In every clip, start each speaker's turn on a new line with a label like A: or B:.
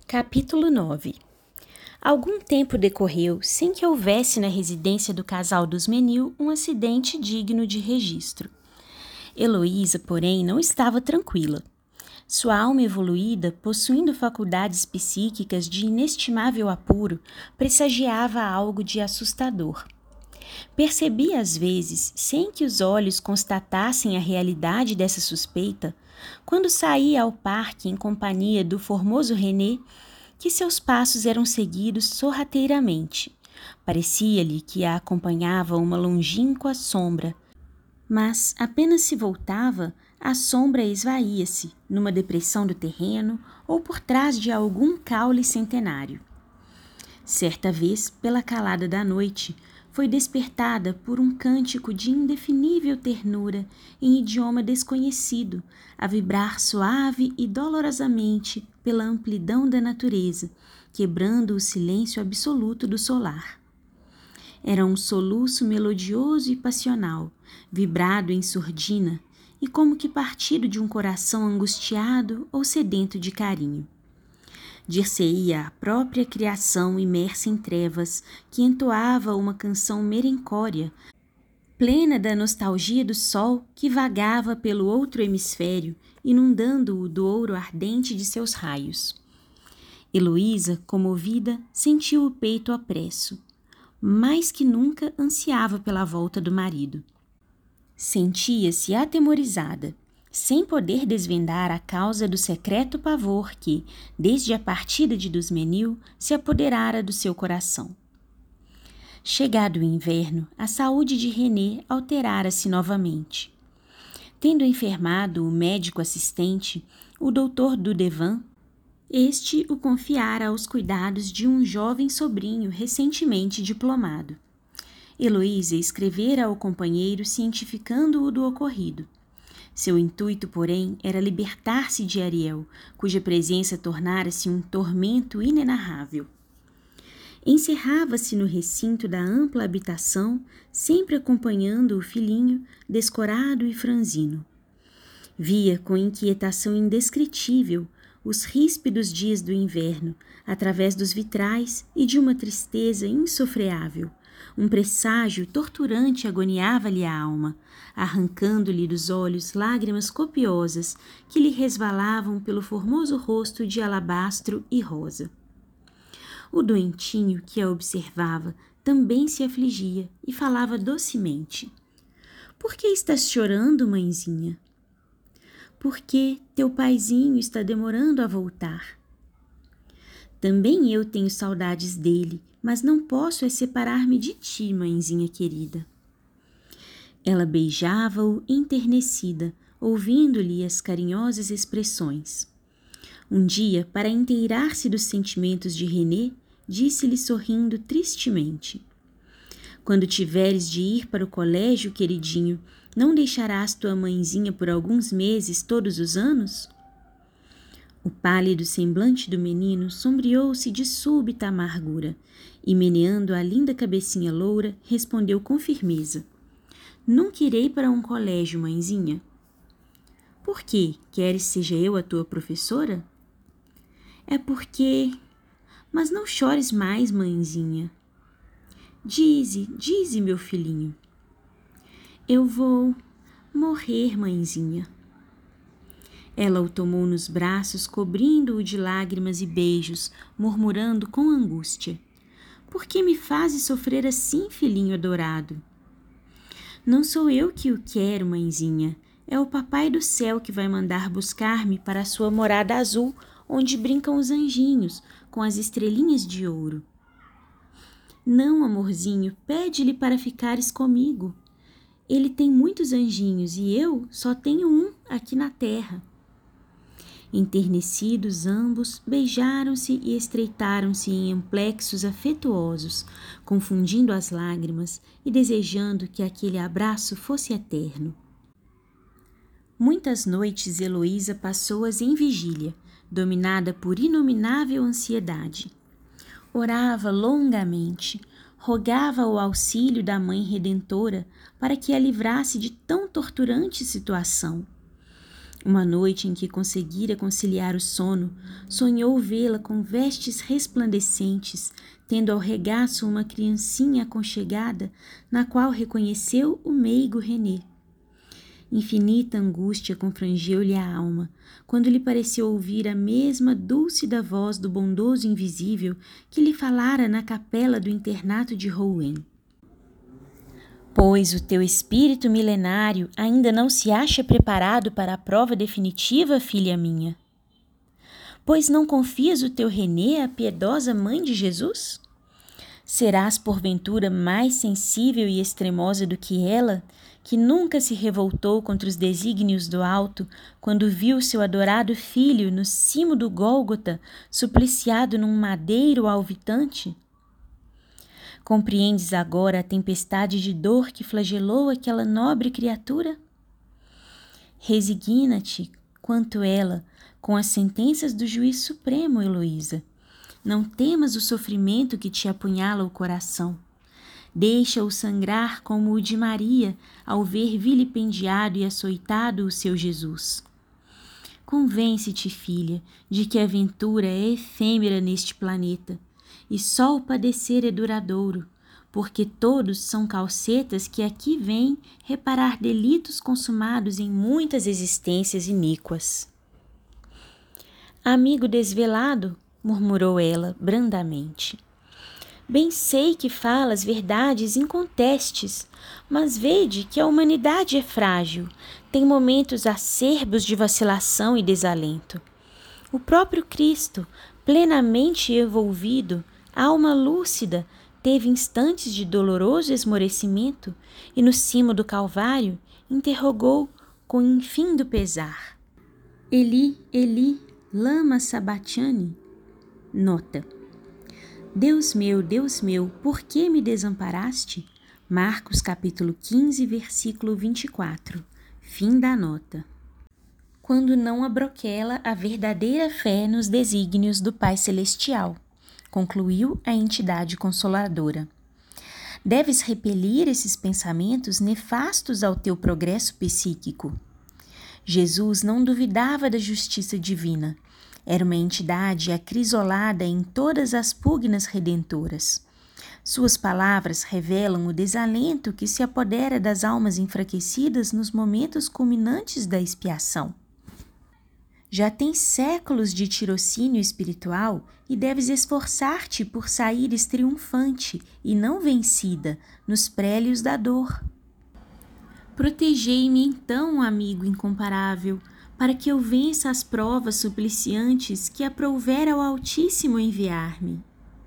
A: Capítulo 9. Algum tempo decorreu sem que houvesse na residência do casal dos Menil um acidente digno de registro. Heloísa, porém, não estava tranquila. Sua alma evoluída, possuindo faculdades psíquicas de inestimável apuro, pressagiava algo de assustador. Percebia às vezes, sem que os olhos constatassem a realidade dessa suspeita, quando saía ao parque em companhia do formoso René, que seus passos eram seguidos sorrateiramente. Parecia-lhe que a acompanhava uma longínqua sombra, mas apenas se voltava, a sombra esvaía-se numa depressão do terreno ou por trás de algum caule centenário. Certa vez, pela calada da noite, foi despertada por um cântico de indefinível ternura em idioma desconhecido, a vibrar suave e dolorosamente pela amplidão da natureza, quebrando o silêncio absoluto do solar. Era um soluço melodioso e passional, vibrado em surdina, e como que partido de um coração angustiado ou sedento de carinho. Dir-se-ia a própria criação imersa em trevas, que entoava uma canção merencória, plena da nostalgia do sol que vagava pelo outro hemisfério, inundando-o do ouro ardente de seus raios. Heloísa, comovida, sentiu o peito opresso. Mais que nunca ansiava pela volta do marido. Sentia-se atemorizada, sem poder desvendar a causa do secreto pavor que, desde a partida de dos Menil, se apoderara do seu coração. Chegado o inverno, a saúde de René alterara-se novamente. Tendo enfermado o médico assistente, o doutor Dudevant, este o confiara aos cuidados de um jovem sobrinho recentemente diplomado. Heloísa escrevera ao companheiro cientificando-o do ocorrido. Seu intuito, porém, era libertar-se de Ariel, cuja presença tornara-se um tormento inenarrável. Encerrava-se no recinto da ampla habitação, sempre acompanhando o filhinho, descorado e franzino. Via com inquietação indescritível os ríspidos dias do inverno, através dos vitrais, e de uma tristeza insofreável. Um presságio torturante agoniava-lhe a alma, arrancando-lhe dos olhos lágrimas copiosas que lhe resvalavam pelo formoso rosto de alabastro e rosa. O doentinho que a observava também se afligia e falava docemente. — Por que estás chorando, mãezinha? — Porque teu paizinho está demorando a voltar. — Também eu tenho saudades dele, mas não posso separar-me de ti, mãezinha querida. Ela beijava-o enternecida, ouvindo-lhe as carinhosas expressões. Um dia, para inteirar-se dos sentimentos de René, disse-lhe sorrindo tristemente: — Quando tiveres de ir para o colégio, queridinho, não deixarás tua mãezinha por alguns meses todos os anos? O pálido semblante do menino sombreou-se de súbita amargura e, meneando a linda cabecinha loura, respondeu com firmeza: — Nunca irei para um colégio, mãezinha. — Por quê? Queres seja eu a tua professora? — É porque... Mas não chores mais, mãezinha. — Dize, meu filhinho. — Eu vou morrer, mãezinha. Ela o tomou nos braços, cobrindo-o de lágrimas e beijos, murmurando com angústia: — Por que me fazes sofrer assim, filhinho adorado? — Não sou eu que o quero, mãezinha. É o papai do céu que vai mandar buscar-me para a sua morada azul, onde brincam os anjinhos, com as estrelinhas de ouro. — Não, amorzinho, pede-lhe para ficares comigo. Ele tem muitos anjinhos e eu só tenho um aqui na terra. Enternecidos ambos, beijaram-se e estreitaram-se em amplexos afetuosos, confundindo as lágrimas e desejando que aquele abraço fosse eterno. Muitas noites Heloísa passou-as em vigília, dominada por inominável ansiedade. Orava longamente, rogava o auxílio da Mãe Redentora para que a livrasse de tão torturante situação. Uma noite em que conseguira conciliar o sono, sonhou vê-la com vestes resplandecentes, tendo ao regaço uma criancinha aconchegada, na qual reconheceu o meigo René. Infinita angústia confrangeu-lhe a alma, quando lhe pareceu ouvir a mesma dúlcida voz do bondoso invisível que lhe falara na capela do internato de Rouen. Pois o teu espírito milenário ainda não se acha preparado para a prova definitiva, filha minha? Pois não confias o teu René à piedosa mãe de Jesus? Serás porventura mais sensível e extremosa do que ela, que nunca se revoltou contra os desígnios do alto, quando viu seu adorado filho no cimo do Gólgota, supliciado num madeiro alvitante? Compreendes agora a tempestade de dor que flagelou aquela nobre criatura? Resigna-te, quanto ela, com as sentenças do juiz supremo, Heloísa. Não temas o sofrimento que te apunhala o coração. Deixa-o sangrar como o de Maria, ao ver vilipendiado e açoitado o seu Jesus. Convence-te, filha, de que a ventura é efêmera neste planeta, e só o padecer é duradouro, porque todos são calcetas que aqui vêm reparar delitos consumados em muitas existências iníquas. Amigo desvelado, murmurou ela brandamente. Bem sei que falas verdades incontestes, mas vede que a humanidade é frágil, tem momentos acerbos de vacilação e desalento. O próprio Cristo, plenamente envolvido, alma lúcida, teve instantes de doloroso esmorecimento e no cimo do Calvário interrogou com infindo pesar: Eli, Eli, lama sabachthani? Nota: Deus meu, por que me desamparaste? Marcos capítulo 15, versículo 24. Fim da nota. Quando não abroquela a verdadeira fé nos desígnios do Pai Celestial, concluiu a entidade consoladora. Deves repelir esses pensamentos nefastos ao teu progresso psíquico. Jesus não duvidava da justiça divina. Era uma entidade acrisolada em todas as pugnas redentoras. Suas palavras revelam o desalento que se apodera das almas enfraquecidas nos momentos culminantes da expiação. Já tens séculos de tirocínio espiritual e deves esforçar-te por saíres triunfante e não vencida nos prélios da dor. Protegei-me então, amigo incomparável, para que eu vença as provas supliciantes que aprouver ao Altíssimo enviar-me.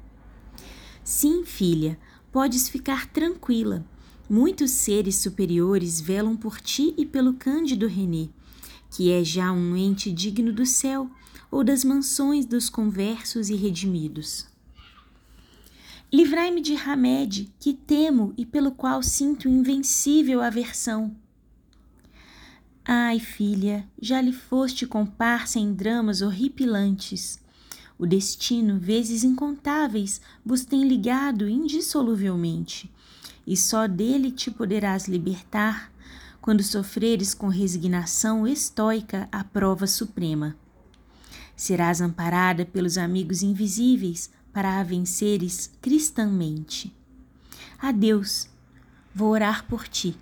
A: Sim, filha, podes ficar tranquila. Muitos seres superiores velam por ti e pelo Cândido René, que é já um ente digno do céu ou das mansões dos conversos e redimidos. Livrai-me de Hamed, que temo e pelo qual sinto invencível aversão. Ai, filha, já lhe foste comparsa em dramas horripilantes. O destino, vezes incontáveis, vos tem ligado indissoluvelmente, e só dele te poderás libertar quando sofreres com resignação estoica a prova suprema. Serás amparada pelos amigos invisíveis para a venceres cristãmente. Adeus, vou orar por ti.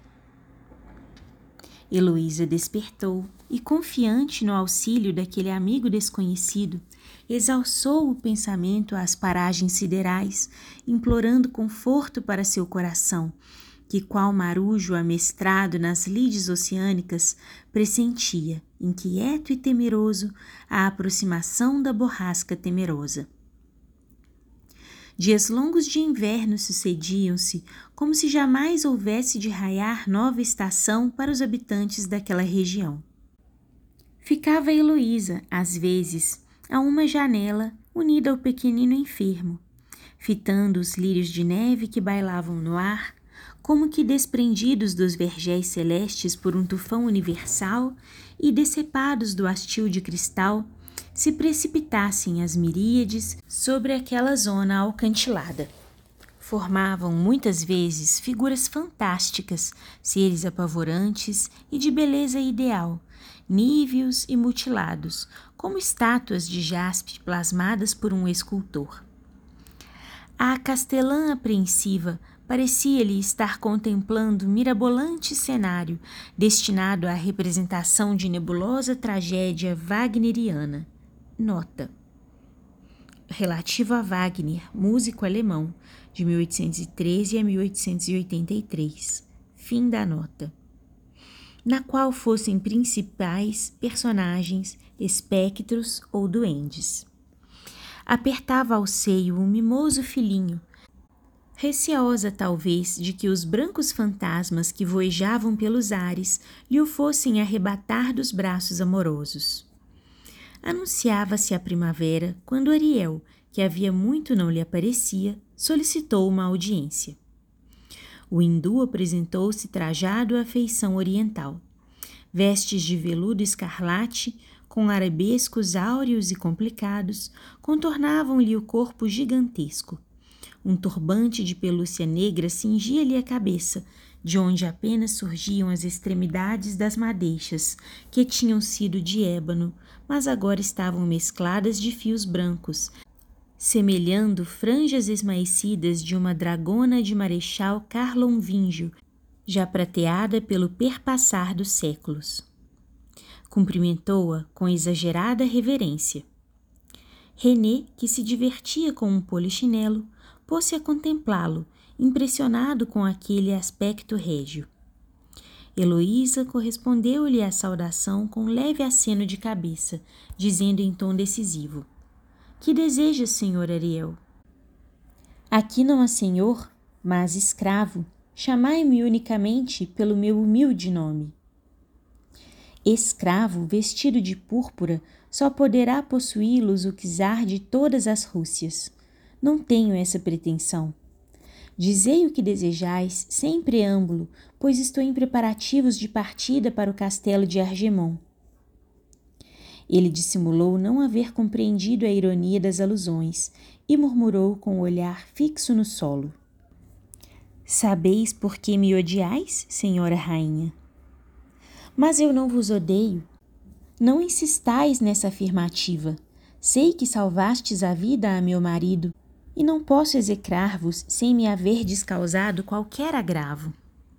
A: Heloísa despertou e, confiante no auxílio daquele amigo desconhecido, exalçou o pensamento às paragens siderais, implorando conforto para seu coração, que, qual marujo amestrado nas lides oceânicas, pressentia, inquieto e temeroso, a aproximação da borrasca temerosa. Dias longos de inverno sucediam-se, como se jamais houvesse de raiar nova estação para os habitantes daquela região. Ficava Heloísa, às vezes, a uma janela, unida ao pequenino enfermo, fitando os lírios de neve que bailavam no ar, como que desprendidos dos vergéis celestes por um tufão universal e decepados do hastil de cristal, se precipitassem as miríades sobre aquela zona alcantilada. formavam muitas vezes figuras fantásticas, seres apavorantes e de beleza ideal, níveos e mutilados, como estátuas de jaspe plasmadas por um escultor. A castelã apreensiva parecia-lhe estar contemplando mirabolante cenário destinado à representação de nebulosa tragédia wagneriana. Nota. Relativo a Wagner, músico alemão, de 1813 a 1883. Fim da nota. Na qual fossem principais personagens espectros ou duendes. Apertava ao seio um mimoso filhinho, receosa talvez de que os brancos fantasmas que voejavam pelos ares lhe o fossem arrebatar dos braços amorosos. Anunciava-se a primavera quando Ariel, que havia muito não lhe aparecia, solicitou uma audiência. O hindu apresentou-se trajado à feição oriental. Vestes de veludo escarlate, com arabescos áureos e complicados, contornavam-lhe o corpo gigantesco. Um turbante de pelúcia negra cingia-lhe a cabeça, de onde apenas surgiam as extremidades das madeixas, que tinham sido de ébano, mas agora estavam mescladas de fios brancos, semelhando franjas esmaecidas de uma dragona de marechal carlonvíngio, já prateada pelo perpassar dos séculos. Cumprimentou-a com exagerada reverência. René, que se divertia com um polichinelo, pôs-se a contemplá-lo, impressionado com aquele aspecto régio. Heloísa correspondeu-lhe à saudação com leve aceno de cabeça, dizendo em tom decisivo: Que deseja, senhor Ariel? Aqui não há senhor, mas escravo. Chamai-me unicamente pelo meu humilde nome. Escravo vestido de púrpura só poderá possuí-los o czar de todas as Rússias. Não tenho essa pretensão. Dizei o que desejais, sem preâmbulo, pois estou em preparativos de partida para o castelo de Argemon. Ele dissimulou não haver compreendido a ironia das alusões e murmurou com o olhar fixo no solo. Sabeis por que me odiais, senhora rainha? Mas eu não vos odeio. Não insistais nessa afirmativa. Sei que salvastes a vida a meu marido e não posso execrar-vos sem me haverdes causado qualquer agravo.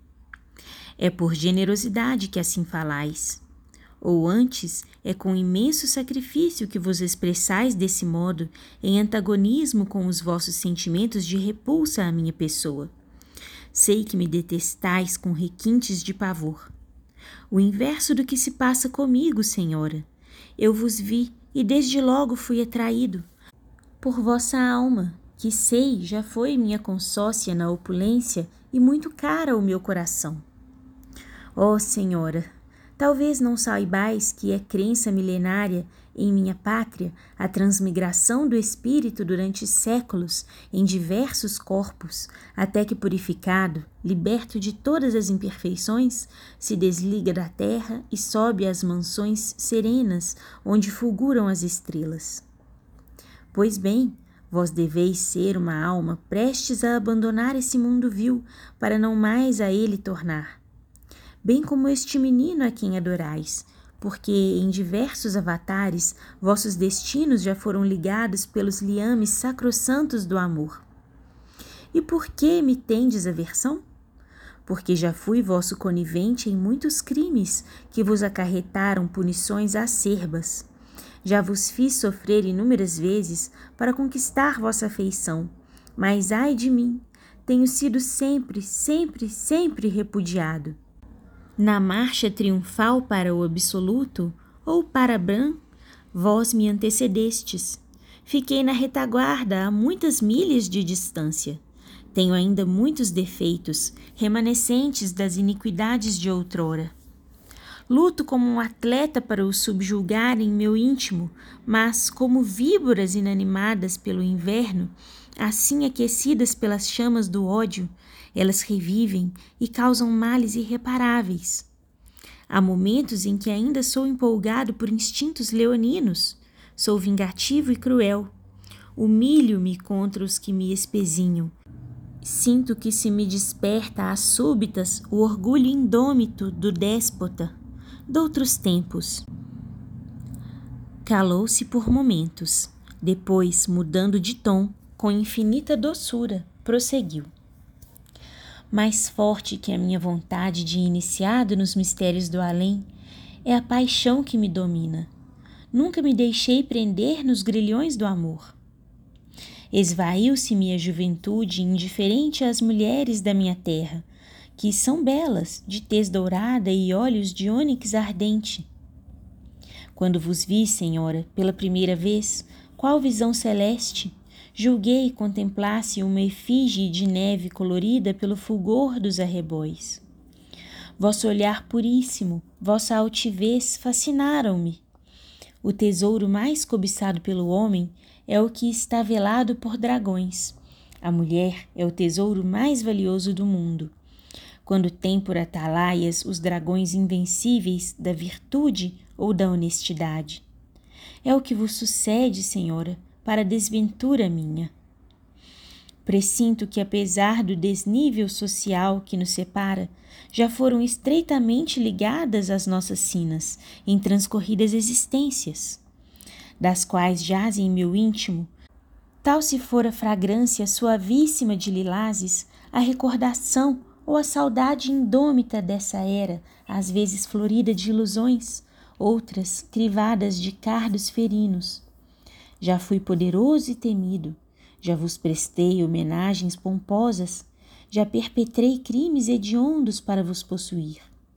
A: É por generosidade que assim falais. Ou antes, é com imenso sacrifício que vos expressais desse modo, em antagonismo com os vossos sentimentos de repulsa à minha pessoa. Sei que me detestais com requintes de pavor. O inverso do que se passa comigo, senhora. Eu vos vi e desde logo fui atraído por vossa alma, que sei já foi minha consócia na opulência e muito cara ao meu coração. Ó senhora, talvez não saibais que é crença milenária em minha pátria a transmigração do espírito durante séculos em diversos corpos, até que purificado, liberto de todas as imperfeições, se desliga da terra e sobe às mansões serenas onde fulguram as estrelas. Pois bem, vós deveis ser uma alma prestes a abandonar esse mundo vil para não mais a ele tornar. Bem como este menino a quem adorais, porque em diversos avatares vossos destinos já foram ligados pelos liames sacrossantos do amor. E por que me tendes aversão? Porque já fui vosso conivente em muitos crimes que vos acarretaram punições acerbas. Já vos fiz sofrer inúmeras vezes para conquistar vossa afeição, mas ai de mim, tenho sido sempre repudiado. Na marcha triunfal para o absoluto, ou para Bran, vós me antecedestes. Fiquei na retaguarda a muitas milhas de distância. Tenho ainda muitos defeitos, remanescentes das iniquidades de outrora. Luto como um atleta para o subjugar em meu íntimo, mas como víboras inanimadas pelo inverno, assim aquecidas pelas chamas do ódio, elas revivem e causam males irreparáveis. Há momentos em que ainda sou empolgado por instintos leoninos, sou vingativo e cruel. Humilho-me contra os que me espezinham. Sinto que se me desperta às súbitas o orgulho indômito do déspota doutros tempos. Calou-se por momentos, depois, mudando de tom, com infinita doçura, prosseguiu. Mais forte que a minha vontade de iniciado nos mistérios do além é a paixão que me domina. Nunca me deixei prender nos grilhões do amor. Esvaiu-se-me a juventude indiferente às mulheres da minha terra, que são belas, de tez dourada e olhos de ônix ardente. Quando vos vi, Senhora, pela primeira vez, qual visão celeste, julguei contemplasse uma efígie de neve colorida pelo fulgor dos arrebóis. Vosso olhar puríssimo, vossa altivez fascinaram-me. O tesouro mais cobiçado pelo homem é o que está velado por dragões. A mulher é o tesouro mais valioso do mundo. Quando tem por atalaias os dragões invencíveis da virtude ou da honestidade. É o que vos sucede, Senhora, para desventura minha. Pressinto que, apesar do desnível social que nos separa, já foram estreitamente ligadas às nossas sinas em transcorridas existências, das quais jaz em meu íntimo, tal se for a fragrância suavíssima de lilazes, a recordação ou a saudade indômita dessa era, às vezes florida de ilusões, outras crivadas de cardos ferinos. Já fui poderoso e temido, já vos prestei homenagens pomposas, já perpetrei crimes hediondos para vos possuir.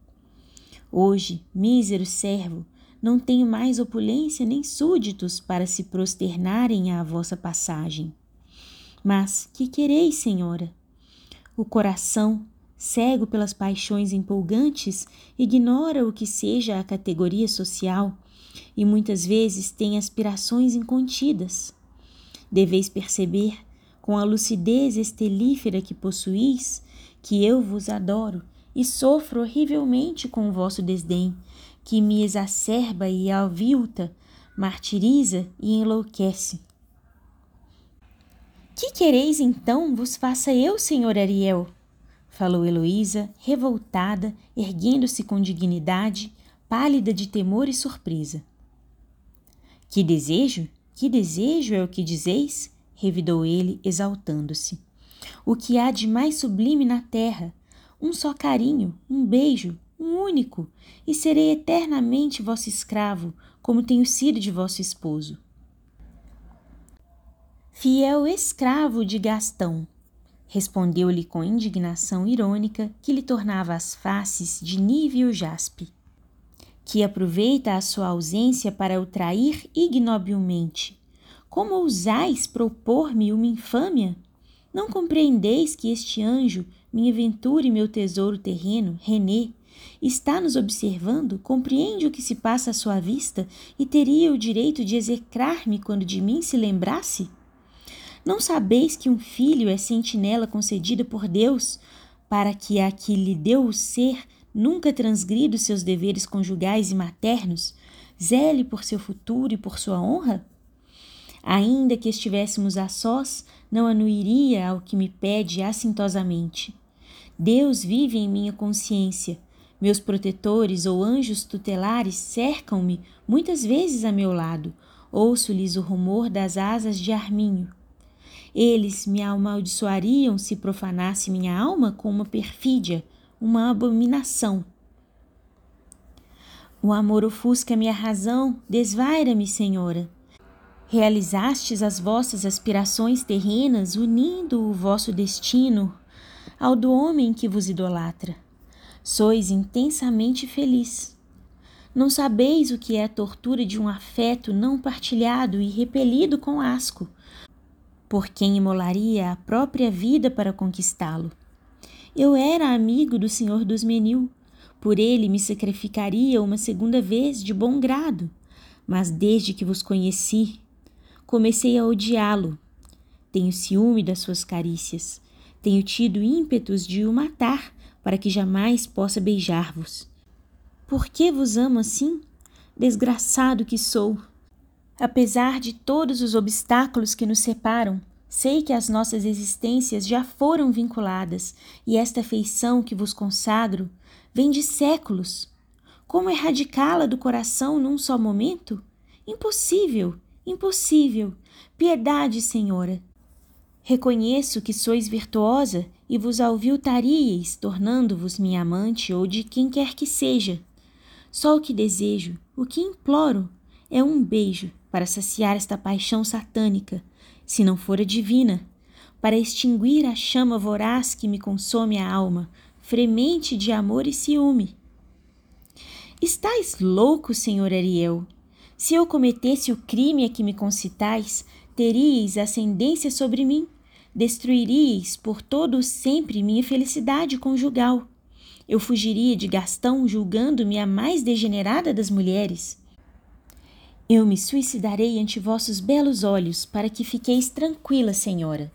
A: Hoje, mísero servo, não tenho mais opulência nem súditos para se prosternarem à vossa passagem. Mas que quereis, Senhora? O coração, cego pelas paixões empolgantes, ignora o que seja a categoria social e muitas vezes tem aspirações incontidas. Deveis perceber, com a lucidez estelífera que possuís, que eu vos adoro e sofro horrivelmente com o vosso desdém, que me exacerba e avilta, martiriza e enlouquece. Que quereis então vos faça eu, senhor Ariel? Falou Heloísa, revoltada, erguendo-se com dignidade, pálida de temor e surpresa. Que desejo? Que desejo é o que dizeis? Revidou ele, exaltando-se. O que há de mais sublime na terra? Um só carinho, um beijo, um único, e serei eternamente vosso escravo, como tenho sido de vosso esposo. Fiel escravo de Gastão, respondeu-lhe com indignação irônica que lhe tornava as faces de nível jaspe, que aproveita a sua ausência para o trair ignobilmente. Como ousais propor-me uma infâmia? Não compreendeis que este anjo, minha ventura e meu tesouro terreno, René, está nos observando, compreende o que se passa à sua vista e teria o direito de execrar-me quando de mim se lembrasse? Não sabeis que um filho é sentinela concedida por Deus para que a que lhe deu o ser nunca transgrida os seus deveres conjugais e maternos, zele por seu futuro e por sua honra? Ainda que estivéssemos a sós, não anuiria ao que me pede assintosamente. Deus vive em minha consciência. Meus protetores ou anjos tutelares cercam-me muitas vezes a meu lado. Ouço-lhes o rumor das asas de arminho. Eles me amaldiçoariam se profanasse minha alma com uma perfídia, uma abominação. O amor ofusca-me a razão, desvaira-me, Senhora. Realizastes as vossas aspirações terrenas, unindo o vosso destino ao do homem que vos idolatra. Sois intensamente feliz. Não sabeis o que é a tortura de um afeto não partilhado e repelido com asco, por quem imolaria a própria vida para conquistá-lo. Eu era amigo do senhor dos Menil, por ele me sacrificaria uma segunda vez de bom grado, mas desde que vos conheci, comecei a odiá-lo. Tenho ciúme das suas carícias, tenho tido ímpetos de o matar para que jamais possa beijar-vos. Por que vos amo assim? Desgraçado que sou! Apesar de todos os obstáculos que nos separam, Sei que as nossas existências já foram vinculadas e esta afeição que vos consagro vem de séculos. Como erradicá-la do coração num só momento? Impossível, impossível. Piedade, Senhora. Reconheço que sois virtuosa e vos aviltaríeis, tornando-vos minha amante ou de quem quer que seja. Só o que desejo, o que imploro, é um beijo para saciar esta paixão satânica, se não fora divina, para extinguir a chama voraz que me consome a alma, fremente de amor e ciúme. Estais louco, senhor Ariel? Se eu cometesse o crime a que me concitais, teríeis ascendência sobre mim, destruiríeis por todo o sempre minha felicidade conjugal. Eu fugiria de Gastão julgando-me a mais degenerada das mulheres. Eu me suicidarei ante vossos belos olhos, para que fiqueis tranquila, senhora.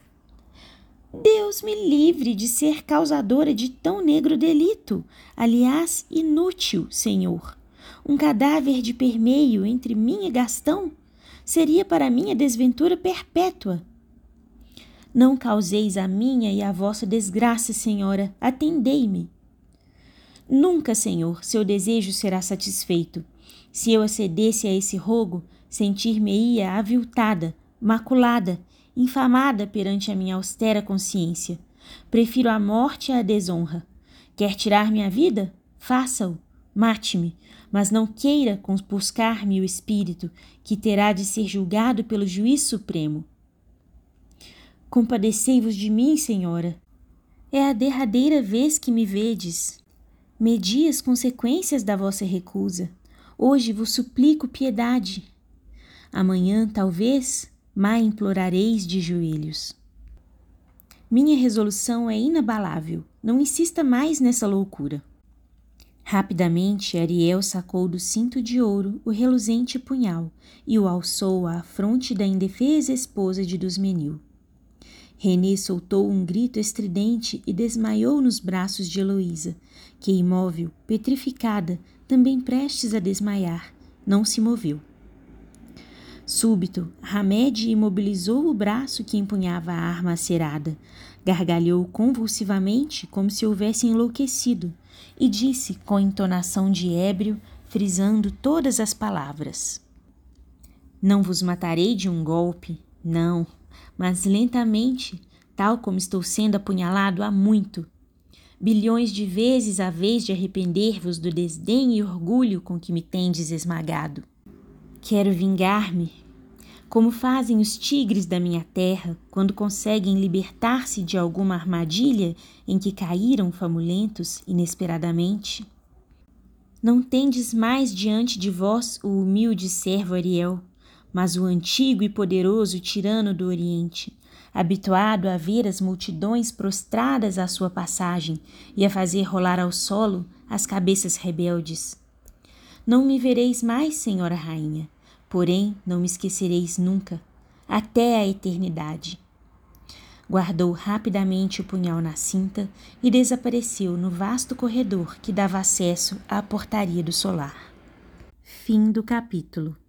A: Deus me livre de ser causadora de tão negro delito, aliás, inútil, senhor. Um cadáver de permeio entre mim e Gastão seria para mim a desventura perpétua. Não causeis a minha e a vossa desgraça, senhora, atendei-me. Nunca, senhor, seu desejo será satisfeito. Se eu acedesse a esse rogo, sentir-me-ia aviltada, maculada, infamada perante a minha austera consciência. Prefiro a morte à desonra. Quer tirar-me a vida? Faça-o, mate-me, mas não queira compuscar-me o espírito, que terá de ser julgado pelo juiz supremo. Compadecei-vos de mim, senhora. É a derradeira vez que me vedes. Medi as consequências da vossa recusa. Hoje vos suplico piedade. Amanhã, talvez, mais implorareis de joelhos. Minha resolução é inabalável. Não insista mais nessa loucura. Rapidamente, Ariel sacou do cinto de ouro o reluzente punhal e o alçou à fronte da indefesa esposa de Dusmenil. René soltou um grito estridente e desmaiou nos braços de Heloísa, que, imóvel, petrificada, também prestes a desmaiar, não se moveu. Súbito, Hamed imobilizou o braço que empunhava a arma acerada, gargalhou convulsivamente como se houvesse enlouquecido e disse com entonação de ébrio, frisando todas as palavras: Não vos matarei de um golpe, não, mas lentamente, tal como estou sendo apunhalado há muito. Bilhões de vezes a vez de arrepender-vos do desdém e orgulho com que me tendes esmagado. Quero vingar-me, como fazem os tigres da minha terra quando conseguem libertar-se de alguma armadilha em que caíram famulentos inesperadamente. Não tendes mais diante de vós o humilde servo Ariel, mas o antigo e poderoso tirano do Oriente, habituado a ver as multidões prostradas à sua passagem e a fazer rolar ao solo as cabeças rebeldes. Não me vereis mais, senhora rainha, porém não me esquecereis nunca, até a eternidade. Guardou rapidamente o punhal na cinta e desapareceu no vasto corredor que dava acesso à portaria do solar. Fim do capítulo.